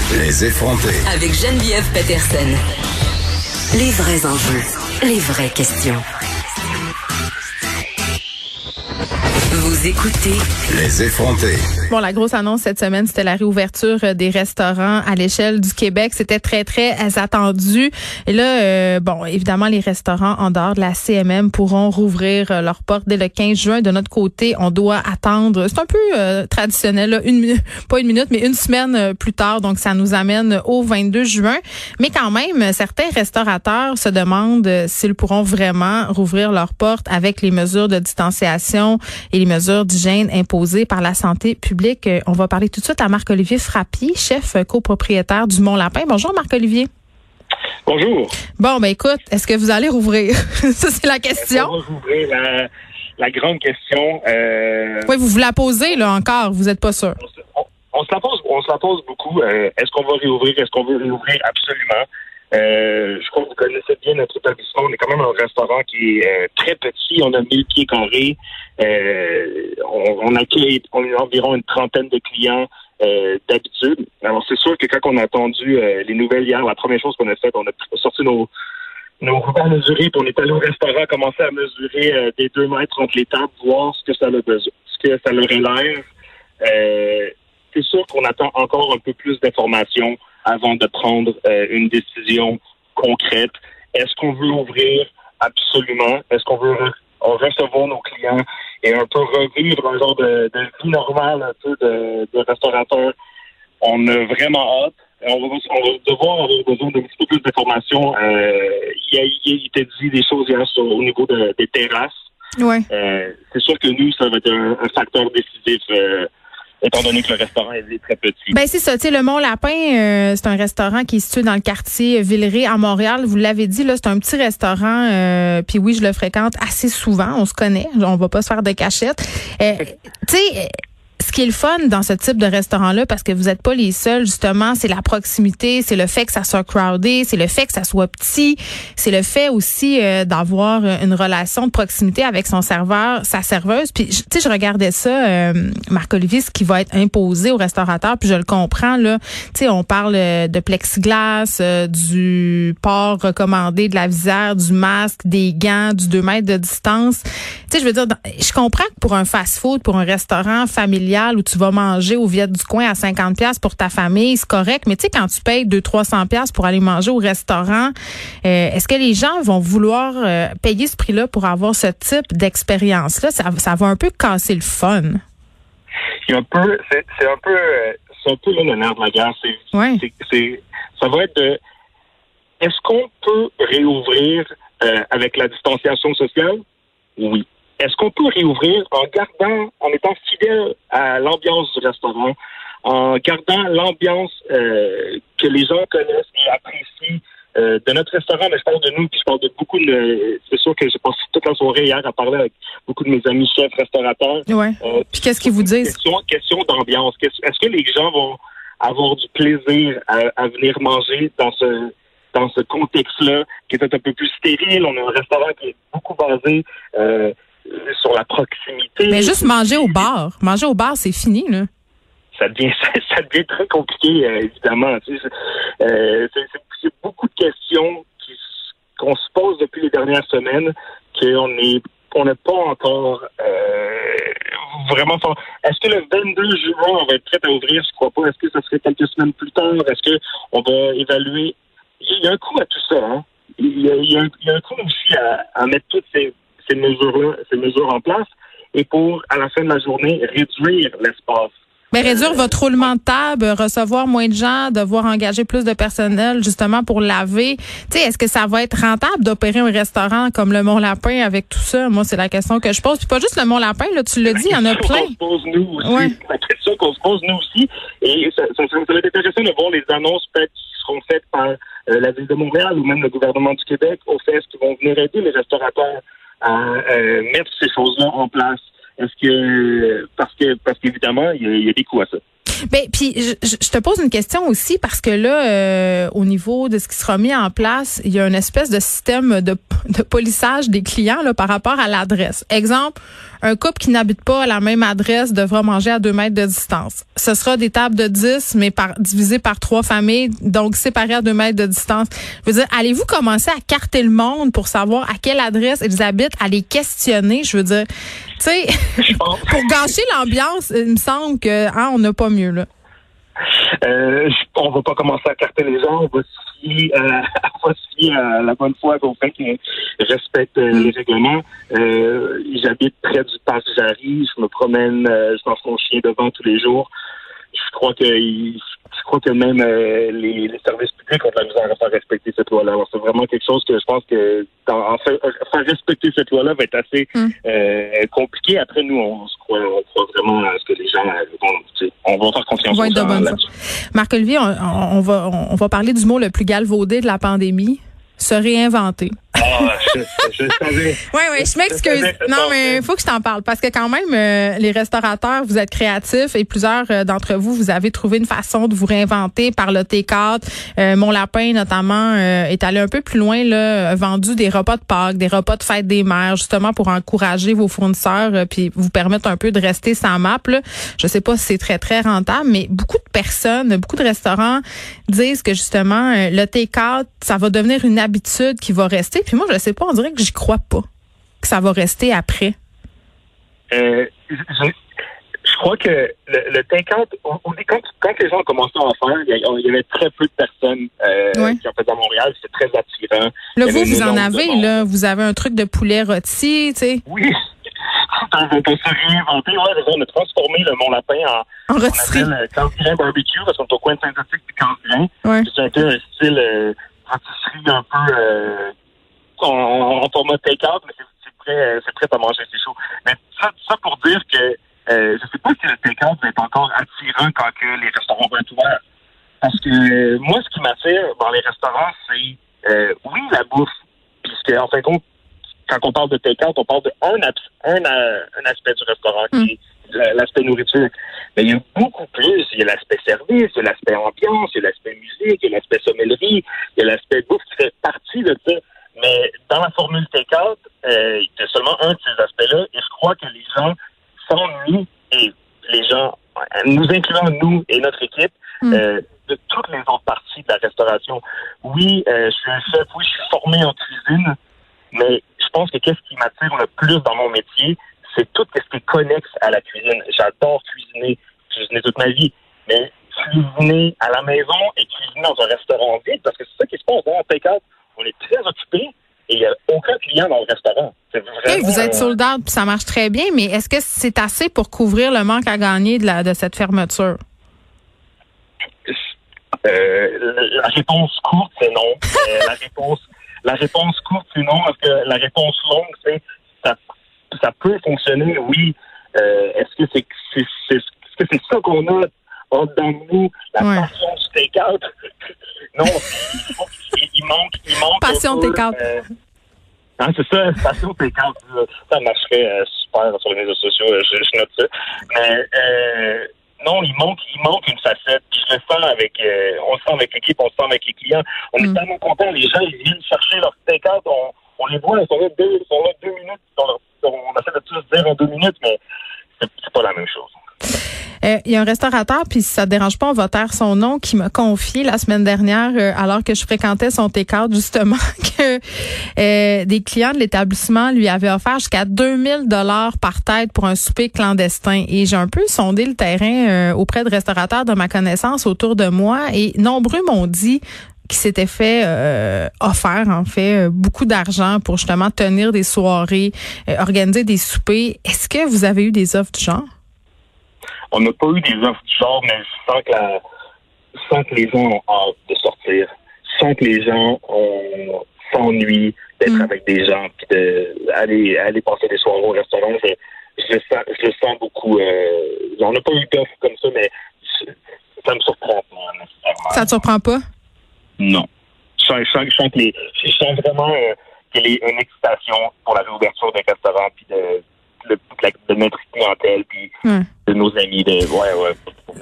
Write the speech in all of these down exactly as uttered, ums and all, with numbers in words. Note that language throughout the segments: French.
Les effronter. Avec Geneviève Peterson. Les vrais enjeux, les vraies questions. Vous écoutez Les effronter. Bon, la grosse annonce cette semaine, c'était la réouverture des restaurants à l'échelle du Québec. C'était très, très attendu. Et là, euh, bon, évidemment, les restaurants en dehors de la C M M pourront rouvrir leurs portes dès le quinze juin. De notre côté, on doit attendre. C'est un peu euh, traditionnel, là, une minute, pas une minute, mais une semaine plus tard. Donc, ça nous amène au vingt-deux juin. Mais quand même, certains restaurateurs se demandent s'ils pourront vraiment rouvrir leurs portes avec les mesures de distanciation et les mesures d'hygiène imposées par la santé publique. On va parler tout de suite à Marc-Olivier Frappier, chef copropriétaire du Mont-Lapin. Bonjour Marc-Olivier. Bonjour. Bon, ben écoute, est-ce que vous allez rouvrir? Ça, c'est la question. On va rouvrir la, la grande question. Euh, oui, vous vous la posez là encore, vous n'êtes pas sûr. On se, on, on se la pose, on se la pose beaucoup. Euh, est-ce qu'on va réouvrir? Est-ce qu'on veut réouvrir? Absolument. Euh, je crois que vous connaissez bien notre établissement. On est quand même un restaurant qui est euh, très petit. On a mille pieds carrés. Euh, on, on accueille on a environ une trentaine de clients euh, d'habitude. Alors, c'est sûr que quand on a attendu euh, les nouvelles hier, la première chose qu'on a faite, on a sorti nos nos roues à mesurer, puis on est allé au restaurant, commencer à mesurer euh, des deux mètres entre les tables, voir ce que ça a besoin, ce que ça leur l'air. Euh, c'est sûr qu'on attend encore un peu plus d'informations avant de prendre euh, une décision concrète. Est-ce qu'on veut ouvrir? Absolument. Est-ce qu'on veut re- recevoir nos clients et un peu revivre un genre de, de vie normale un peu de, de restaurateur? On a vraiment hâte. On va, on va devoir avoir besoin d'un petit peu plus d'informations. Euh, il, a, il était dit des choses hier sur, au niveau de, des terrasses. Ouais. Euh, c'est sûr que nous, ça va être un, un facteur décisif euh, étant donné que le restaurant est très petit. Ben c'est ça, tu sais, le Mont-Lapin, euh, c'est un restaurant qui est situé dans le quartier Villeray à Montréal. Vous l'avez dit, là, c'est un petit restaurant. Euh, puis oui, je le fréquente assez souvent. On se connaît, on va pas se faire de cachette. Euh, tu sais. Ce qui est le fun dans ce type de restaurant-là, parce que vous n'êtes pas les seuls, justement, c'est la proximité, c'est le fait que ça soit crowded, c'est le fait que ça soit petit, c'est le fait aussi euh, d'avoir une relation de proximité avec son serveur, sa serveuse. Puis, tu sais, je regardais ça, euh, Marc-Olivier, ce qui va être imposé aux restaurateurs, puis je le comprends, là. Tu sais, on parle de plexiglas, euh, du port recommandé de la visière, du masque, des gants, du deux mètres de distance. Tu sais, je veux dire, je comprends que pour un fast-food, pour un restaurant familial, où tu vas manger au Viette du coin à cinquante pièces pour ta famille, c'est correct. Mais tu sais, quand tu payes deux cents trois cents pièces pour aller manger au restaurant, euh, est-ce que les gens vont vouloir euh, payer ce prix-là pour avoir ce type d'expérience-là? Ça, ça va un peu casser le fun. C'est un peu, c'est, c'est un peu, c'est un peu là, le nerf de la guerre. C'est, ouais. c'est, c'est, ça va être de, est-ce qu'on peut réouvrir euh, avec la distanciation sociale? Oui. Est-ce qu'on peut réouvrir en gardant, en étant fidèle à l'ambiance du restaurant, en gardant l'ambiance euh, que les gens connaissent et apprécient euh, de notre restaurant? Mais je parle de nous, puis je parle de beaucoup de... C'est sûr que j'ai passé toute la soirée hier à parler avec beaucoup de mes amis chefs restaurateurs. Ouais. Euh, puis qu'est-ce qu'ils vous disent? Question, question d'ambiance. Est-ce que les gens vont avoir du plaisir à, à venir manger dans ce... dans ce contexte-là, qui est un peu plus stérile? On a un restaurant qui est beaucoup basé... Euh, sur la proximité. Mais juste manger au bar. Manger au bar, c'est fini, là. Ça devient, ça devient très compliqué, euh, évidemment. Tu sais, euh, c'est, c'est, c'est beaucoup de questions qui, qu'on se pose depuis les dernières semaines qu'on est, on n'est pas encore euh, vraiment fort. Est-ce que le vingt-deux juin, on va être prêt à ouvrir? Je crois pas. Est-ce que ça serait quelques semaines plus tard? Est-ce que on va évaluer? Il y a un coût à tout ça, hein. Il y a, il y a, un, il y a un coût aussi à, à mettre toutes ces ces mesures-là, ces mesures en place, et pour, à la fin de la journée, réduire l'espace. Mais réduire euh, votre roulement de table, recevoir moins de gens, devoir engager plus de personnel, justement, pour laver. Tu sais, est-ce que ça va être rentable d'opérer un restaurant comme le Mont-Lapin avec tout ça? Moi, c'est la question que je pose. Puis pas juste le Mont-Lapin, là, tu l'as dit, il y en a plein. C'est la question qu'on se pose nous aussi. Ouais. C'est la question qu'on se pose nous aussi. Et ça, ça, ça, ça va être intéressant de voir les annonces peut-être qui seront faites par euh, la Ville de Montréal ou même le gouvernement du Québec au fait qui vont venir aider les restaurateurs à euh, mettre ces choses-là en place. Est-ce que parce que parce qu'évidemment, il y, y a des coûts à ça. Ben puis je, je te pose une question aussi parce que là, euh, au niveau de ce qui sera mis en place, il y a une espèce de système de, de polissage des clients là, par rapport à l'adresse. Exemple, un couple qui n'habite pas à la même adresse devra manger à deux mètres de distance. Ce sera des tables de dix, mais par, divisées par trois familles, donc séparées à deux mètres de distance. Je veux dire, allez-vous commencer à carter le monde pour savoir à quelle adresse ils habitent, à les questionner? Je veux dire, tu sais, pour gâcher l'ambiance, il me semble que hein, on n'a pas mieux, là. Euh, on va pas commencer à carter les gens, on va se fier, euh, on va se fier à la bonne foi au fait qu'ils respectent euh, les règlements. Euh, j'habite près du parc Jarry, je me promène, euh, je lance mon chien devant tous les jours. Je crois que il, je crois que même euh, les, les services publics ont de la misère à faire respecter cette loi-là. Alors, c'est vraiment quelque chose que je pense que dans, en fait, faire respecter cette loi-là va être assez mm. euh, compliqué. Après, nous, on se croit, on croit vraiment à ce que les gens vont, on va faire confiance aux gens là-dessus. Marc-Olivier, on, on, va, on va parler du mot le plus galvaudé de la pandémie, se réinventer. Ah, je, je, je savais. Oui, oui, je m'excuse. Non, mais il faut que je t'en parle parce que quand même, euh, les restaurateurs, vous êtes créatifs et plusieurs euh, d'entre vous, vous avez trouvé une façon de vous réinventer par le take-out. Euh, Mon Lapin, notamment, euh, est allé un peu plus loin, là, a vendu des repas de Pâques, des repas de fête des mères, justement pour encourager vos fournisseurs euh, puis vous permettre un peu de rester sans map. Là. Je sais pas si c'est très, très rentable, mais beaucoup de personnes, beaucoup de restaurants disent que justement, euh, le take-out, ça va devenir une habitude qui va rester. Puis moi, je sais pas, on dirait que j'y crois pas que ça va rester après. Euh, je, je crois que le, le take-out, quand, quand les gens ont commencé à en faire, il y, y avait très peu de personnes euh, ouais. qui en faisaient à Montréal. C'était très attirant. Là, vous, vous en avez, là. Vous avez un truc de poulet rôti, tu sais. Oui. On a se réinventé. Ouais, on a transformé le Mon Lapin en, en rôtisserie. Camp-Grain barbecue, parce qu'on est au coin de Saint-Zotique et Camp-Grain. Ouais. C'est un peu un style euh, rôtisserie un peu... Euh, En, en format take-out, mais c'est, c'est prêt, c'est prêt à manger, c'est chaud. Mais ça, ça pour dire que euh, je sais pas si le take-out va être encore attirant quand que les restaurants vont être ouverts. Parce que euh, moi, ce qui m'attire dans les restaurants, c'est euh, oui, la bouffe. Puisque en fin de compte, quand on parle de take-out, on parle de un, un, un aspect du restaurant mm. qui est l'aspect nourriture. Mais il y a beaucoup plus. Il y a l'aspect service, il y a l'aspect ambiance, il y a l'aspect musique, il y a l'aspect sommellerie, il y a l'aspect bouffe qui fait partie de ça. Mais dans la formule take-out, euh, il y a seulement un de ces aspects-là, et je crois que les gens s'ennuient, et les gens, nous incluant nous et notre équipe, mm. euh, de toutes les autres parties de la restauration. Oui, euh, je suis un chef, oui, je suis formé en cuisine, mais je pense que qu'est-ce qui m'attire le plus dans mon métier, c'est tout ce qui est connexe à la cuisine. J'adore cuisiner, cuisiner toute ma vie, mais cuisiner à la maison et cuisiner dans un restaurant vide, parce que c'est ça qui se passe dans le take-out. On est très occupés et il n'y a aucun client dans le restaurant. C'est vraiment, hey, vous êtes sold out puis ça marche très bien, mais est-ce que c'est assez pour couvrir le manque à gagner de, la, de cette fermeture? Euh, la réponse courte, c'est non. euh, la réponse la réponse courte, c'est non, parce que la réponse longue, c'est ça, ça peut fonctionner, oui. Euh, est-ce que c'est, c'est, c'est, est-ce que c'est ça qu'on a en dedans de nous, la ouais. passion du take-out? Non, il, il manque, il manque. Passion take-out. Euh, hein, c'est ça, passion take-out. Ça marcherait euh, super sur les réseaux sociaux, je, je note ça. Mais euh, non, il manque, il manque une facette. Je le sens avec, euh, on le sent avec l'équipe, on le sent avec les clients. On mm. est tellement contents. Les gens, ils viennent chercher leur take-out. On, on les voit, ils sont là deux, ils sont là deux minutes. On, on essaie de tout se dire en deux minutes, mais c'est, c'est pas la même chose. Il euh, y a un restaurateur, puis si ça te dérange pas, on va taire son nom, qui m'a confié la semaine dernière, euh, alors que je fréquentais son take-out, justement, que euh, des clients de l'établissement lui avaient offert jusqu'à deux mille dollars par tête pour un souper clandestin. Et j'ai un peu sondé le terrain euh, auprès de restaurateurs de ma connaissance autour de moi, et nombreux m'ont dit qui s'était fait euh, offert, en fait, euh, beaucoup d'argent pour justement tenir des soirées, euh, organiser des soupers. Est-ce que vous avez eu des offres du genre? On n'a pas eu des offres du genre, mais je sens que, la, je sens que les gens ont hâte de sortir. Je sens que les gens ont, s'ennuient d'être mm. avec des gens puis d'aller aller passer des soirées au restaurant. Je, je, le, sens, je le sens beaucoup. Euh, on n'a pas eu d'offres comme ça, mais je, ça me surprend pas nécessairement. Ça te surprend pas? Non. Je sens, je sens, je sens, que les, je sens vraiment euh, qu'il y a une excitation pour la réouverture des restaurants puis de... De, de notre clientèle puis mm. de nos amis de ouais ouais pour venir au restaurant.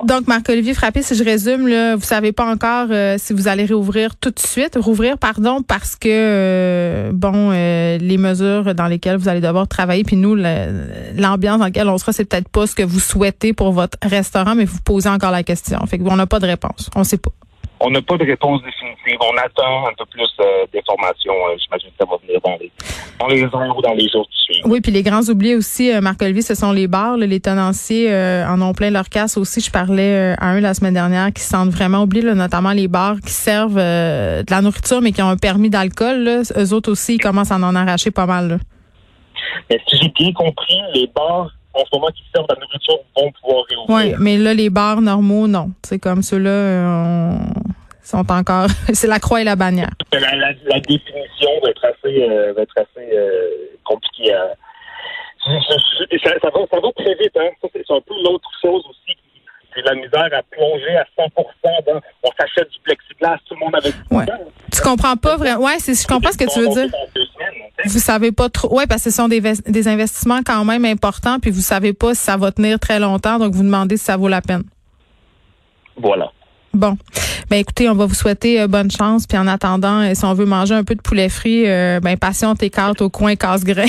Donc, Marc-Olivier Frappier, si je résume, là, vous savez pas encore euh, si vous allez réouvrir tout de suite, rouvrir, pardon, parce que, euh, bon, euh, les mesures dans lesquelles vous allez devoir travailler, puis nous, le, l'ambiance dans laquelle on sera, c'est peut-être pas ce que vous souhaitez pour votre restaurant, mais vous posez encore la question. Fait qu'on n'a pas de réponse. On sait pas. On n'a pas de réponse définitive. On attend un peu plus euh, d'informations. Euh, j'imagine que ça va venir dans les, dans les heures ou dans les jours qui suivent. Oui, puis les grands oubliés aussi, euh, Marc-Olivier, ce sont les bars. Là, les tenanciers euh, en ont plein leur casse aussi. Je parlais euh, à un la semaine dernière qui se sentent vraiment oubliés, là, notamment les bars qui servent euh, de la nourriture mais qui ont un permis d'alcool. Là. Eux autres aussi, ils commencent à en arracher pas mal. Là. Mais si j'ai bien compris, les bars en ce moment qui servent de la nourriture vont pouvoir réouvrir. Oui, mais là, les bars normaux, non. C'est comme ceux-là, euh, on... sont encore... c'est la croix et la bannière. La, la, la définition va être assez, euh, va être assez euh, compliquée à... Ça, ça, va, ça va très vite, hein. Ça, c'est, c'est un peu l'autre chose aussi. C'est la misère à plonger à cent pour cent dans... On s'achète du plexiglas, tout le monde avec... Ouais. Tu comprends pas vraiment... Ouais, c'est, je comprends ce que tu veux dire. Vous savez pas trop... Ouais, parce que ce sont des, des investissements quand même importants, puis vous savez pas si ça va tenir très longtemps, donc vous demandez si ça vaut la peine. Voilà. Bon. Ben écoutez, on va vous souhaiter euh, bonne chance. Puis en attendant, euh, si on veut manger un peu de poulet frit, euh, ben patiente et cartes au coin casse-grain.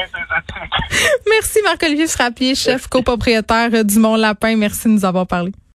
Merci Marc-Olivier Frappier, chef copropriétaire du Mont Lapin. Merci de nous avoir parlé.